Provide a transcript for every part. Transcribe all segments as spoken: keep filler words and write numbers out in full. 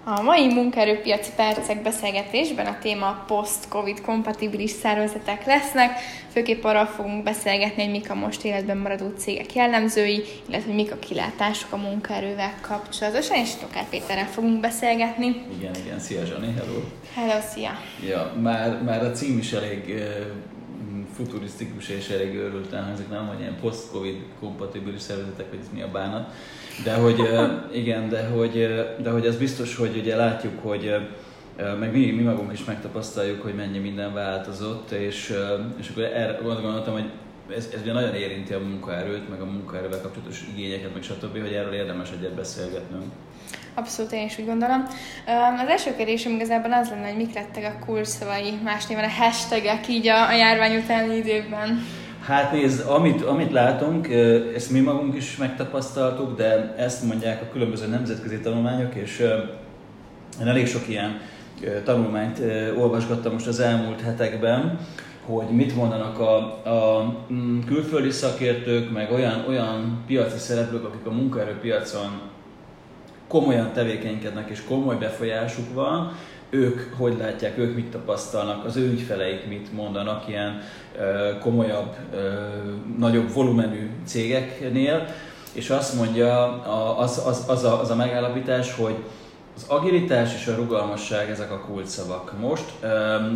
A mai munkaerőpiaci percek beszélgetésben a téma a post-covid kompatibilis szervezetek lesznek. Főképp arról fogunk beszélgetni, hogy mik a most életben maradó cégek jellemzői, illetve mik a kilátások a munkaerővel kapcsolatosan, és Tokár Péterrel fogunk beszélgetni. Igen, igen. Szia Zsani, hello! Hello, szia! Ja, már, már a cím is elég uh, futurisztikus és elég őrülten hangzik, nem, hogy ilyen post-covid kompatibilis szervezetek, hogy ez mi a bánat. De hogy uh, igen, de hogy, uh, de hogy az biztos, hogy ugye látjuk, hogy uh, meg mi, mi magunk is megtapasztaljuk, hogy mennyi minden változott, és, uh, és akkor erre gondoltam, hogy ez, ez ugye nagyon érinti a munkaerőt, meg a munkaerővel kapcsolatos igényeket, meg stb., hogy erről érdemes egyet beszélgetnünk. Abszolút, én is úgy gondolom. Az első kérdésem igazából az lenne, hogy mik lettek a kulcsszavai, más néven a hashtagek így a, a járvány utáni időkben. Hát nézd, amit, amit látunk, ezt mi magunk is megtapasztaltuk, de ezt mondják a különböző nemzetközi tanulmányok, és én elég sok ilyen tanulmányt olvasgattam most az elmúlt hetekben, hogy mit mondanak a, a külföldi szakértők, meg olyan, olyan piaci szereplők, akik a munkaerőpiacon komolyan tevékenykednek és komoly befolyásuk van, ők hogy látják, ők mit tapasztalnak, az ő ügyfeleik mit mondanak ilyen ö, komolyabb, ö, nagyobb volumenű cégeknél, és azt mondja, a, az, az, az, a, az a megállapítás, hogy az agilitás és a rugalmasság ezek a kulcsszavak. Most ö,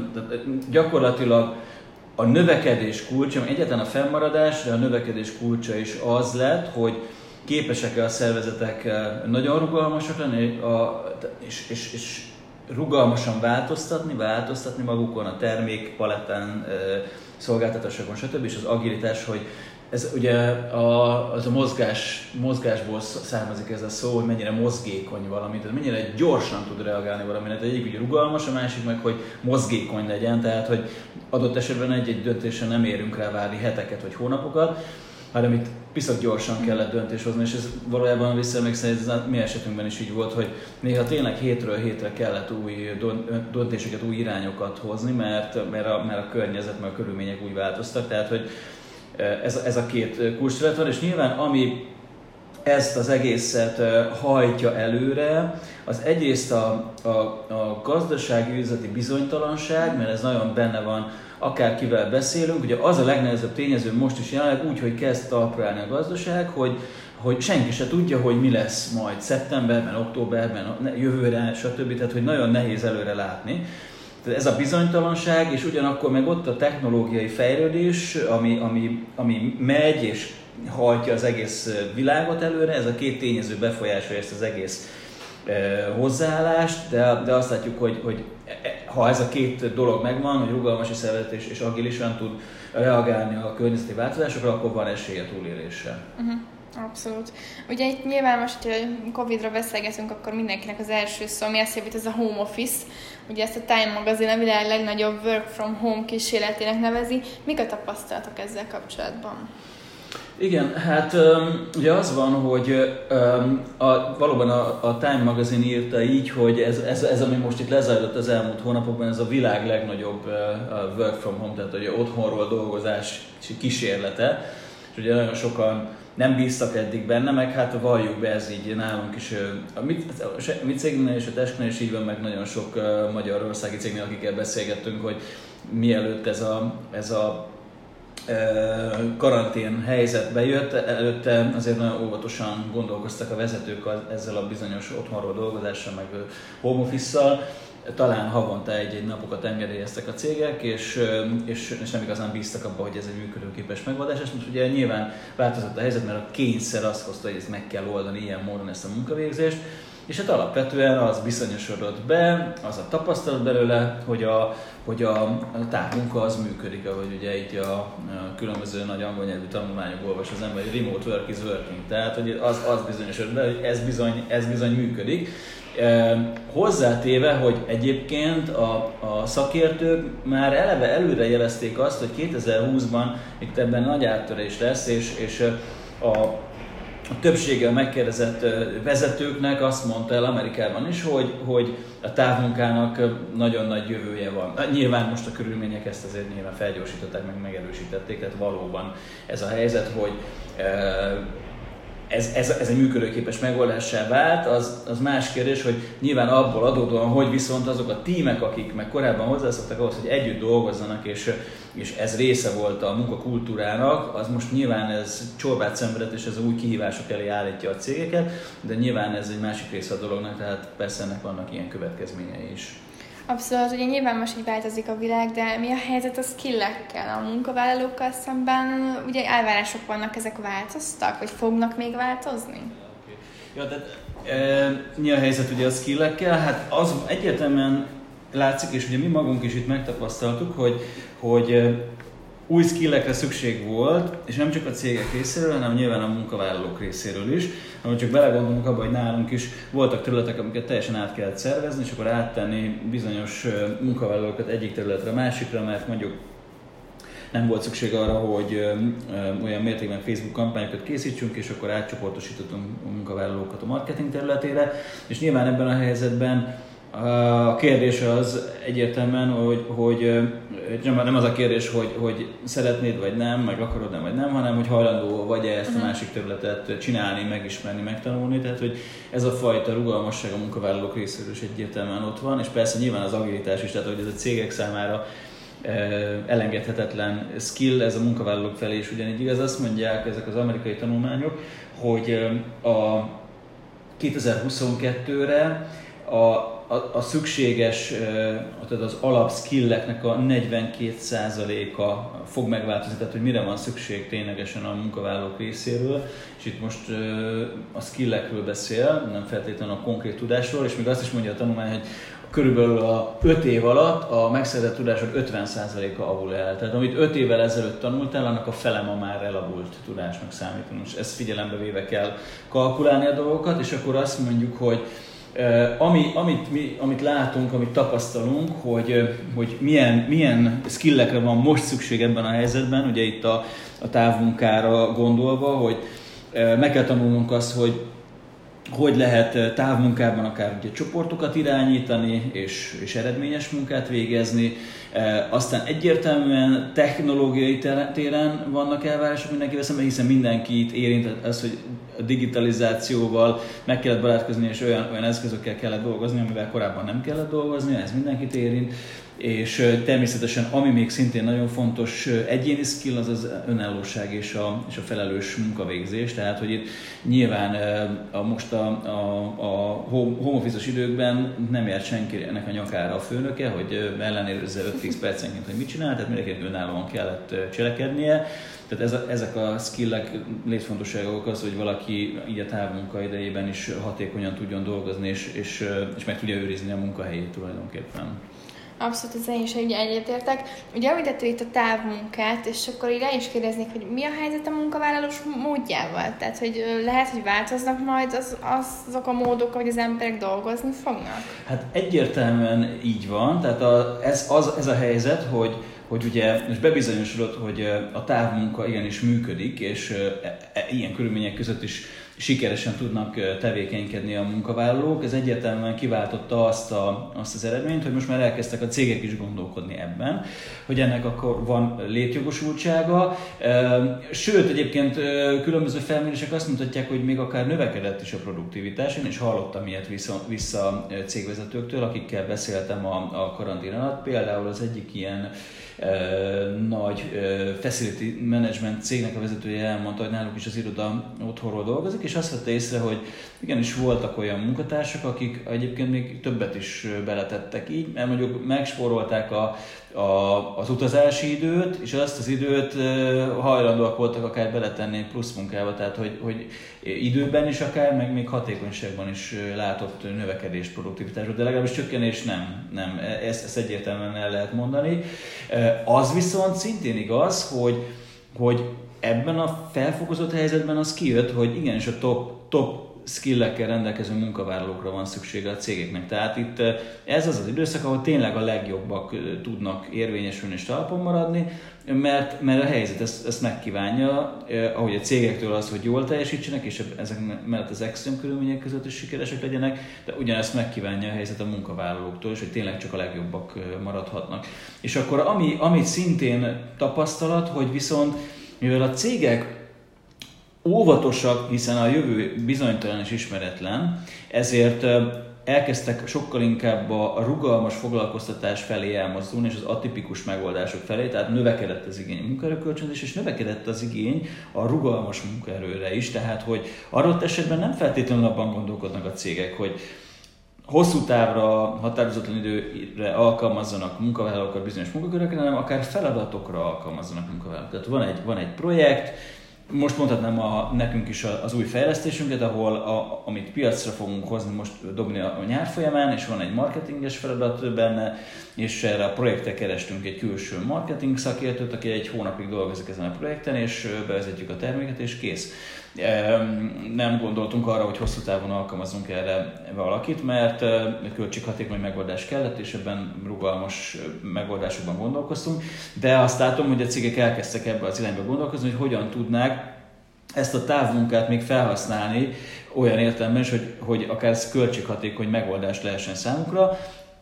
gyakorlatilag a növekedés kulcsa, egyáltalán a fennmaradás, de a növekedés kulcsa is az lett, hogy képesek-e a szervezetek nagyon rugalmasak lenni, és, és, és rugalmasan változtatni, változtatni magukon, a termékpalettán, szolgáltatásokon, stb. És az agilitás, hogy ez ugye a, az a mozgás, mozgásból származik ez a szó, hogy mennyire mozgékony valami, tehát mennyire gyorsan tud reagálni valamire. Tehát egyik ugye rugalmas, a másik meg, hogy mozgékony legyen, tehát hogy adott esetben egy-egy döntésre nem érünk rá várni heteket vagy hónapokat, hanem itt piszak gyorsan kellett döntés hozni, és ez valójában visszaemlékszem, ez a mi esetünkben is így volt, hogy néha tényleg hétről hétre kellett új döntéseket, új irányokat hozni, mert, mert, a, mert a környezet, mert a körülmények úgy változtak, tehát hogy ez, ez a két kulcsterület van, és nyilván ami ezt az egészet hajtja előre, az egyrészt a, a, a gazdasági üzleti bizonytalanság, mert ez nagyon benne van, akárkivel beszélünk, ugye az a legnehezebb tényező most is jelenleg úgy, hogy kezd talpra állni a gazdaság, hogy, hogy senki se tudja, hogy mi lesz majd szeptemberben, októberben, jövőre, stb. Tehát, hogy nagyon nehéz előre látni. Tehát ez a bizonytalanság, és ugyanakkor meg ott a technológiai fejlődés, ami, ami, ami megy és hajtja az egész világot előre, ez a két tényező befolyásolja ezt az egész eh, hozzáállást, de, de azt látjuk, hogy, hogy ha ez a két dolog megvan, hogy rugalmas szervezet és, és agilisan tud reagálni a környezeti változásokra, akkor van esélye túlélésre. Uh-huh. Abszolút. Ugye itt nyilván most, hogy Covidra beszélgetünk, akkor mindenkinek az első szó, ami eszébe jut, ez a home office. Ugye ezt a Time Magazine a világ legnagyobb work from home kísérletének nevezi. Mik a tapasztalatok ezzel kapcsolatban? Igen, hát ugye az van, hogy a, valóban a, a Time Magazine írta így, hogy ez, ez, ez, ami most itt lezajlott az elmúlt hónapokban, ez a világ legnagyobb work from home, tehát hogy otthonról dolgozás kísérlete, és ugye nagyon sokan nem bíztak eddig benne, meg hát valljuk be, ez így nálunk is, a mi, a mi cégnél és a Tesknél is így van, meg nagyon sok magyarországi cégnél, akikkel beszélgettünk, hogy mielőtt ez a, ez a karantén helyzet bejött, előtte azért nagyon óvatosan gondolkoztak a vezetők ezzel a bizonyos otthonról dolgozással, meg home office-szal. Talán havonta egy-egy napokat engedélyeztek a cégek, és, és, és nem igazán bíztak abba, hogy ez egy működőképes megoldás. És most ugye nyilván változott a helyzet, mert a kényszer azt hozta, hogy ezt meg kell oldani ilyen módon, ezt a munkavégzést. És hát alapvetően az bizonyosodott be, az a tapasztalat belőle, hogy a, hogy a, a távmunka az működik, ahogy ugye itt a, a különböző nagy angol nyelvű tanulmányok olvas az ember, hogy remote work is working, tehát hogy az, az bizonyosodott be, hogy ez bizony, ez bizony működik. E, hozzátéve, hogy egyébként a, a szakértők már eleve előre jelezték azt, hogy kétezer-húszban itt ebben nagy áttörés lesz, és, és a A többsége a megkérdezett vezetőknek azt mondta el Amerikában is, hogy, hogy a távmunkának nagyon nagy jövője van. Nyilván most a körülmények ezt azért nyilván felgyorsították, meg megerősítették, tehát valóban ez a helyzet, hogy ez, ez, ez egy működőképes megoldássá vált, az, az más kérdés, hogy nyilván abból adódóan, hogy viszont azok a tímek, akik meg korábban hozzászoktak ahhoz, hogy együtt dolgozzanak, és, és ez része volt a munkakultúrának, az most nyilván ez csorbát szenvedett, és ez új kihívások elé állítja a cégeket, de nyilván ez egy másik része a dolognak, tehát persze ennek vannak ilyen következményei is. Abszolút, ugye nyilván most így változik a világ, de mi a helyzet a skillekkel, a munkavállalókkal szemben? Ugye elvárások vannak, ezek változtak, vagy fognak még változni? Ja, de e, mi a helyzet ugye a skillekkel? Hát az egyértelműen látszik, és ugye mi magunk is itt megtapasztaltuk, hogy, hogy új skillekre szükség volt, és nem csak a cégek részéről, hanem nyilván a munkavállalók részéről is. Ha csak belegondolunk abba, hogy nálunk is voltak területek, amiket teljesen át kellett szervezni, és akkor áttenni bizonyos munkavállalókat egyik területre a másikra, mert mondjuk nem volt szükség arra, hogy olyan mértékben Facebook kampányokat készítsünk, és akkor átcsoportosítottunk a munkavállalókat a marketing területére, és nyilván ebben a helyzetben a kérdés az egyértelműen, hogy, hogy nem az a kérdés, hogy, hogy szeretnéd vagy nem, meg akarod nem vagy nem, hanem hogy hajlandó vagy-e ezt a másik területet csinálni, megismerni, megtanulni. Tehát, hogy ez a fajta rugalmasság a munkavállalók részéről is egyértelműen ott van, és persze nyilván az agilitás is, tehát hogy ez a cégek számára elengedhetetlen skill, ez a munkavállalók felé is ugyanígy igaz. Azt mondják ezek az amerikai tanulmányok, hogy a kétezer-huszonkettőre a A, a szükséges, tehát az alapskilleknek a negyvenkét százaléka fog megváltozni, tehát hogy mire van szükség ténylegesen a munkavállalók részéről, és itt most a skillekről beszél, nem feltétlenül a konkrét tudásról, és még azt is mondja a tanulmány, hogy körülbelül a öt év alatt a megszerzett tudásod ötven százaléka avul el. Tehát amit öt évvel ezelőtt tanultál, annak a fele ma már elavult tudásnak számítunk. És ezt figyelembe véve kell kalkulálni a dolgokat, és akkor azt mondjuk, hogy Uh, ami, amit, mi, amit látunk, amit tapasztalunk, hogy, hogy milyen, milyen skillekre van most szükség ebben a helyzetben, ugye itt a, a távmunkára gondolva, hogy uh, meg kell tanulnunk azt, hogy hogy lehet távmunkában akár ugye csoportokat irányítani és, és eredményes munkát végezni. E, aztán egyértelműen technológiai téren vannak elvárások mindenkivel szemben, hiszen mindenkit érint az, hogy a digitalizációval meg kellett barátkozni, és olyan, olyan eszközökkel kellett dolgozni, amivel korábban nem kellett dolgozni, ez mindenkit érint. És természetesen, ami még szintén nagyon fontos egyéni skill, az az önállóság és a, és a felelős munkavégzés. Tehát, hogy itt nyilván a, most a, a, a home office-os időkben nem ért senkinek a nyakára a főnöke, hogy ellenőrizze öt-tíz percenként, hogy mit csinál, tehát mindenkinek önállóan kellett cselekednie. Tehát ez a, ezek a skillek létfontosságok az, hogy valaki így a távmunka idejében is hatékonyan tudjon dolgozni, és, és, és meg tudja őrizni a munkahelyét tulajdonképpen. Abszolút, az én is egyetértek. Ugye említetted itt a távmunkát, és akkor így le is kérdeznék, hogy mi a helyzet a munkavállalós módjával? Tehát, hogy lehet, hogy változnak majd az, az, azok a módok, hogy az emberek dolgozni fognak? Hát egyértelműen így van. Tehát a, ez, az, ez a helyzet, hogy hogy ugye most bebizonyosodott, hogy a távmunka igenis működik, és e, e, ilyen körülmények között is sikeresen tudnak tevékenykedni a munkavállalók. Ez egyértelműen kiváltotta azt, a, azt az eredményt, hogy most már elkezdtek a cégek is gondolkodni ebben, hogy ennek akkor van létjogosultsága. Sőt, egyébként különböző felmérések azt mutatják, hogy még akár növekedett is a produktivitás. Én is hallottam ilyet vissza, vissza cégvezetőktől, akikkel beszéltem a, a karantén alatt. Például az egyik ilyen nagy facility management cégnek a vezetője elmondta, hogy náluk is az iroda otthonról dolgozik, és azt vette észre, hogy igenis voltak olyan munkatársak, akik egyébként még többet is beletettek így, mert mondjuk megspórolták a, a, az utazási időt, és azt az időt hajlandóak voltak akár beletenni plusz munkába, tehát hogy, hogy időben is akár, meg még hatékonyságban is látott növekedés produktivitásban, de legalábbis csökkenés nem, nem. Ezt, ezt egyértelműen el lehet mondani. Az viszont szintén igaz, hogy, hogy ebben a felfokozott helyzetben az kijött, hogy igenis a top, top skillekkel rendelkező munkavállalókra van szüksége a cégeknek. Tehát itt ez az az időszak, ahol tényleg a legjobbak tudnak érvényesülni és talpon maradni, mert, mert a helyzet ezt, ezt megkívánja, ahogy a cégektől az, hogy jól teljesítsenek, és ezek mellett az extrém körülmények között is sikeresek legyenek, de ugyanezt megkívánja a helyzet a munkavállalóktól is, hogy tényleg csak a legjobbak maradhatnak. És akkor ami, amit szintén tapasztalat, hogy viszont mivel a cégek óvatosak, hiszen a jövő bizonytalan és ismeretlen, ezért elkezdtek sokkal inkább a rugalmas foglalkoztatás felé elmozdulni, és az atipikus megoldások felé, tehát növekedett az igény a munkaerőkölcsönzés, és növekedett az igény a rugalmas munkaerőre is, tehát hogy adott esetben nem feltétlenül abban gondolkodnak a cégek, hogy hosszú távra, határozatlan időre alkalmazzanak munkavállalókat bizonyos munkakörökre, hanem akár feladatokra alkalmazzanak munkavállalókat. Tehát van egy, van egy projekt, most mondhatnám a, nekünk is az új fejlesztésünket, ahol a, amit piacra fogunk hozni, most dobni a nyár folyamán, és van egy marketinges feladat benne, és erre a projektre kerestünk egy külső marketing szakértőt, aki egy hónapig dolgozik ezen a projekten, és bevezetjük a terméket, és kész. Nem gondoltunk arra, hogy hosszú távon alkalmazunk erre valakit, mert költséghatékony megoldás kellett, és ebben rugalmas megoldásokban gondolkoztunk, de azt látom, hogy a cégek elkezdtek ebbe az irányba gondolkozni, hogy hogyan tudnák ezt a távmunkát még felhasználni olyan értelemben is, hogy, hogy akár ez költséghatékony megoldás lehessen számukra.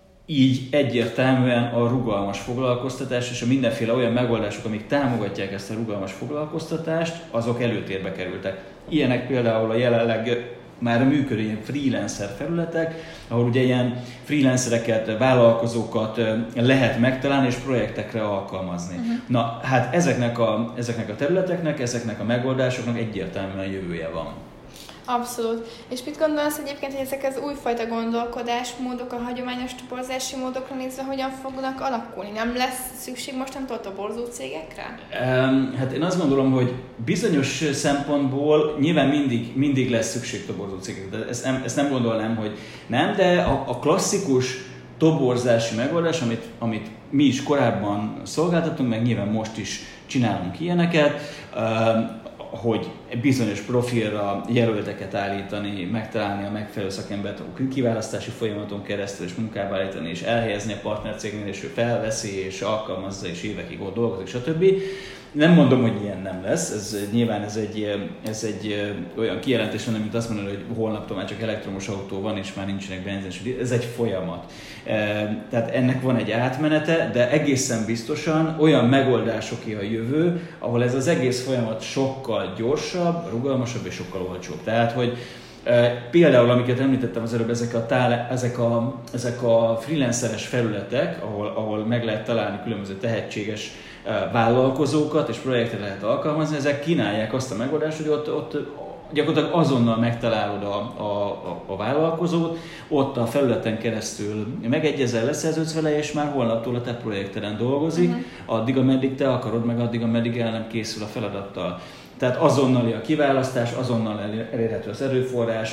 Így egyértelműen a rugalmas foglalkoztatás és a mindenféle olyan megoldások, amik támogatják ezt a rugalmas foglalkoztatást, azok előtérbe kerültek. Ilyenek például a jelenleg már működő ilyen freelancer felületek, ahol ugye ilyen freelancereket, vállalkozókat lehet megtalálni és projektekre alkalmazni. Uh-huh. Na, hát ezeknek a, ezeknek a területeknek, ezeknek a megoldásoknak egyértelműen jövője van. Abszolút. És mit gondolsz egyébként, hogy ezek az újfajta gondolkodásmódok, a hagyományos toborzási módokra nézve hogyan fognak alakulni? Nem lesz szükség mostantól toborzó cégekre? Um, hát én azt gondolom, hogy bizonyos szempontból nyilván mindig, mindig lesz szükség toborzó cégekre. Ezt nem, ezt nem gondolnám, hogy nem, de a, a klasszikus toborzási megoldás, amit, amit mi is korábban szolgáltatunk, meg nyilván most is csinálunk ilyeneket, um, hogy bizonyos profilra jelölteket állítani, megtalálni a megfelelő szakembert a kiválasztási folyamaton keresztül, és munkába állítani, és elhelyezni a partnercégnél, és ő felveszi, és alkalmazza, és évekig ott dolgozik, stb. Nem mondom, hogy ilyen nem lesz, ez, nyilván ez egy, ez egy olyan kijelentés, mint azt mondani, hogy holnaptól már csak elektromos autó van, és már nincsenek benzin, ez egy folyamat. Tehát ennek van egy átmenete, de egészen biztosan olyan megoldásoké a jövő, ahol ez az egész folyamat sokkal gyorsabb, rugalmasabb és sokkal olcsóbb. Tehát, hogy például, amiket említettem az előbb, ezek a, tál, ezek a, ezek a freelanceres felületek, ahol, ahol meg lehet találni különböző tehetséges vállalkozókat és projektre lehet alkalmazni, ezek kínálják azt a megoldást, hogy ott, ott gyakorlatilag azonnal megtalálod a, a, a vállalkozót, ott a felületen keresztül megegyezel, leszerződsz vele, és már holnaptól a te projekteden dolgozik, uh-huh. addig, ameddig te akarod, meg addig, ameddig el nem készül a feladattal. Tehát azonnali a kiválasztás, azonnal elérhető az erőforrás,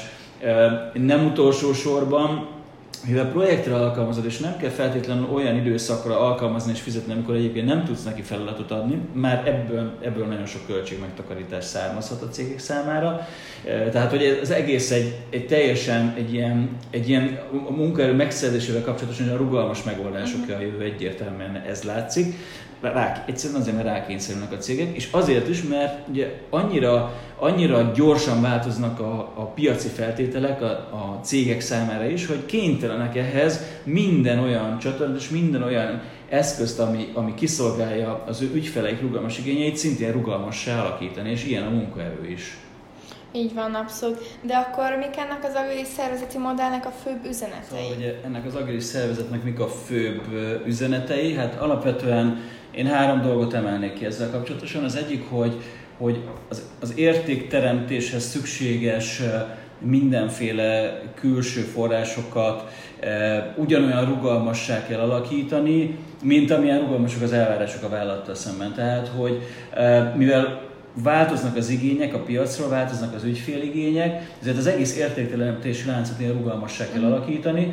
nem utolsó sorban, mivel projektre alkalmazod, és nem kell feltétlenül olyan időszakra alkalmazni és fizetni, amikor egyébként nem tudsz neki feladatot adni, már ebből, ebből nagyon sok költségmegtakarítás származhat a cégek számára. Tehát, hogy az egész egy, egy teljesen egy ilyen, egy ilyen a munkaerő megszerzésével kapcsolatosan a rugalmas megoldások a jövő, egyértelműen ez látszik. Rá, egyszerűen azért, mert rákényszerülnek a cégek, és azért is, mert ugye annyira, annyira gyorsan változnak a, a piaci feltételek a, a cégek számára is, hogy kénytelenek ehhez minden olyan csatornát és minden olyan eszközt, ami, ami kiszolgálja az ő ügyfeleik rugalmas igényeit, szintén rugalmassá alakítani, és ilyen a munkaerő is. Így van, abszolút. De akkor mik ennek az agilis szervezeti modellnek a főbb üzenetei? Szóval, ugye ennek az agilis szervezetnek mik a főbb üzenetei? Hát alapvetően én három dolgot emelnék ki ezzel kapcsolatosan. Az egyik, hogy, hogy az, az értékteremtéshez szükséges mindenféle külső forrásokat ugyanolyan rugalmassá kell alakítani, mint amilyen rugalmasok az elvárások a vállalattal szemben. Tehát, hogy mivel változnak az igények a piacról, változnak az ügyféligények, ezért az egész értékteremtési láncot ilyen rugalmassá kell alakítani.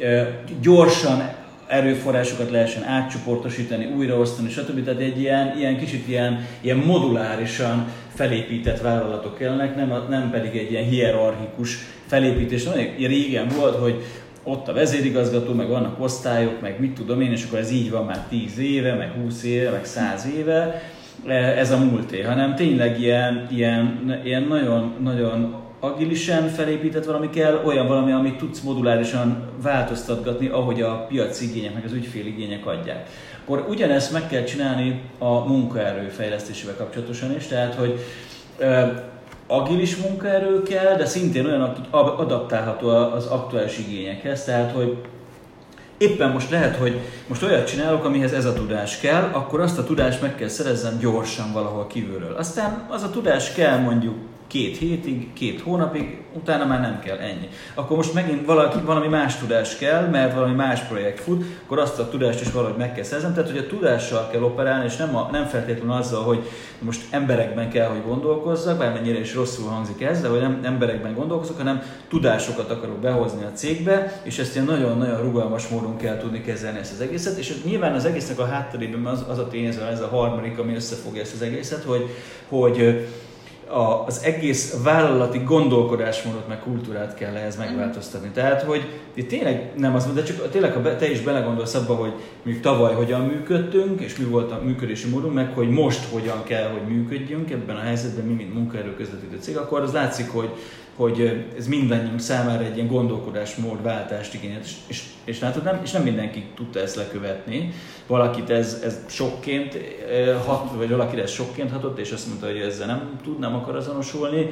Gyorsan erőforrásokat lehessen átcsoportosítani, újraosztani, stb. Tehát egy ilyen, ilyen kicsit ilyen, ilyen modulárisan felépített vállalatok kellenek, nem, nem pedig egy ilyen hierarchikus felépítés. Régen volt, hogy ott a vezérigazgató, meg vannak osztályok, meg mit tudom én, és akkor ez így van már tíz éve, meg húsz éve, meg száz éve. Ez a múlté, hanem tényleg ilyen, ilyen, ilyen nagyon, nagyon agilisen felépített valami kell, olyan valami, amit tudsz modulárisan változtatgatni, ahogy a piaci igények, meg az ügyféligények adják. Akkor ugyanezt meg kell csinálni a munkaerő fejlesztésével kapcsolatosan is, tehát hogy agilis munkaerő kell, de szintén olyan, aki adaptálható az aktuális igényekhez, tehát hogy éppen most lehet, hogy most olyat csinálok, amihez ez a tudás kell, akkor azt a tudást meg kell szerezzem gyorsan valahol kívülről. Aztán az a tudás kell mondjuk két hétig, két hónapig, utána már nem kell, ennyi. Akkor most megint valaki, valami más tudás kell, mert valami más projekt fut, akkor azt a tudást is valahogy meg kell szerzem. Tehát, hogy a tudással kell operálni, és nem, a, nem feltétlenül azzal, hogy most emberekben kell, hogy gondolkozzak, bármennyire is rosszul hangzik ez, de hogy nem emberekben gondolkozok, hanem tudásokat akarok behozni a cégbe, és ezt ilyen nagyon-nagyon rugalmas módon kell tudni kezelni ezt az egészet. És nyilván az egésznek a hátterében az, az a tényező, ez a harmadik, ami összefogja ezt az egészet, hogy, hogy A, az egész vállalati gondolkodásmódot meg kultúrát kell ehhez megváltoztatni. Tehát, hogy tényleg nem az, de csak tényleg, ha te is belegondolsz abba, hogy mondjuk tavaly hogyan működtünk, és mi volt a működési módunk, meg hogy most hogyan kell, hogy működjünk ebben a helyzetben, mi, mint munkaerő közvetítő cég, akkor az látszik, hogy hogy ez mindannyiunk számára egy ilyen gondolkodásmód váltást igényelt, és, és, és, látod, nem, és nem mindenki tudta ezt lekövetni. Valakit ez, ez sokként hat, vagy valakire ez sokként hatott, és azt mondta, hogy ezzel nem tud, nem akar azonosulni.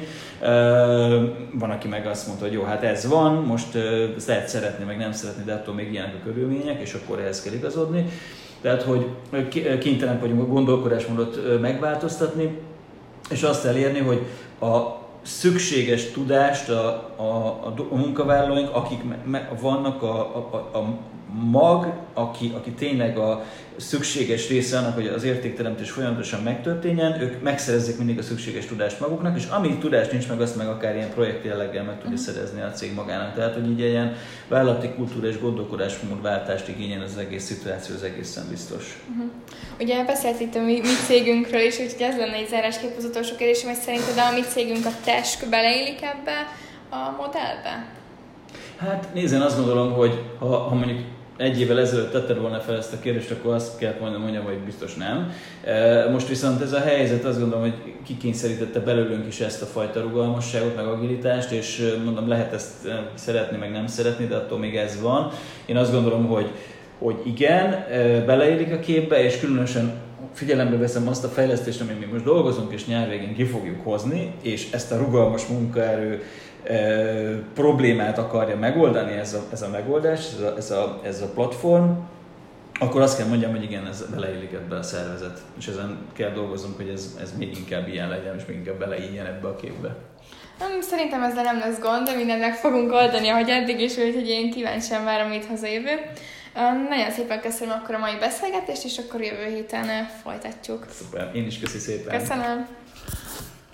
Van, aki meg azt mondta, hogy jó, hát ez van, most ezt lehet szeretni, meg nem szeretni, de attól még ilyenek a körülmények, és akkor ehhez kell igazodni. Tehát, hogy kénytelenek vagyunk a gondolkodásmódot megváltoztatni, és azt elérni, hogy a szükséges tudást a, a, a munkavállalóink, akik me, me, vannak a, a, a mag, aki, aki tényleg a szükséges része annak, hogy az értékteremtés folyamatosan megtörténjen, ők megszerezzék mindig a szükséges tudást maguknak, és amíg tudás nincs meg, azt meg akár ilyen projekt jelleggel meg tudja szerezni a cég magának. Tehát, hogy így ilyen vállalati kultúra és gondolkodásmódváltást igényel az egész szituáció, az egészen biztos. Uh-huh. Ugye beszélt itt a mi, mi cégünkről is, úgyhogy ez lenne egy zárásképp az utolsó kérdésem, hogy szerinted a mi cégünk, a Tesk beleillik ebbe a modellbe? Hát nézzen, azt gondolom, hogy ha, ha mondjuk egy évvel ezelőtt tetted volna fel ezt a kérdést, akkor azt kellett volna mondjam, hogy biztos nem. Most viszont ez a helyzet, azt gondolom, hogy kikényszerítette belőlünk is ezt a fajta rugalmasságot, meg agilitást, és mondom, lehet ezt szeretni, meg nem szeretni, de attól még ez van. Én azt gondolom, hogy, hogy igen, beleillik a képbe, és különösen figyelembe veszem azt a fejlesztést, amit mi most dolgozunk, és nyár végén ki fogjuk hozni, és ezt a rugalmas munkaerő E, problémát akarja megoldani ez a, ez a megoldás, ez a, ez, a, ez a platform, akkor azt kell mondjam, hogy igen, ez beleillik ebbe a szervezet, és ezen kell dolgozunk, hogy ez, ez még inkább ilyen legyen, és még inkább beleilljen ebbe a képbe. Szerintem ezzel nem lesz gond, de mindent meg fogunk oldani, ahogy eddig is, úgyhogy én kíváncsian várom itt hazajövő. Nagyon szépen köszönöm akkor a mai beszélgetést, és akkor jövő héten folytatjuk. Szuper, én is köszi szépen. Köszönöm.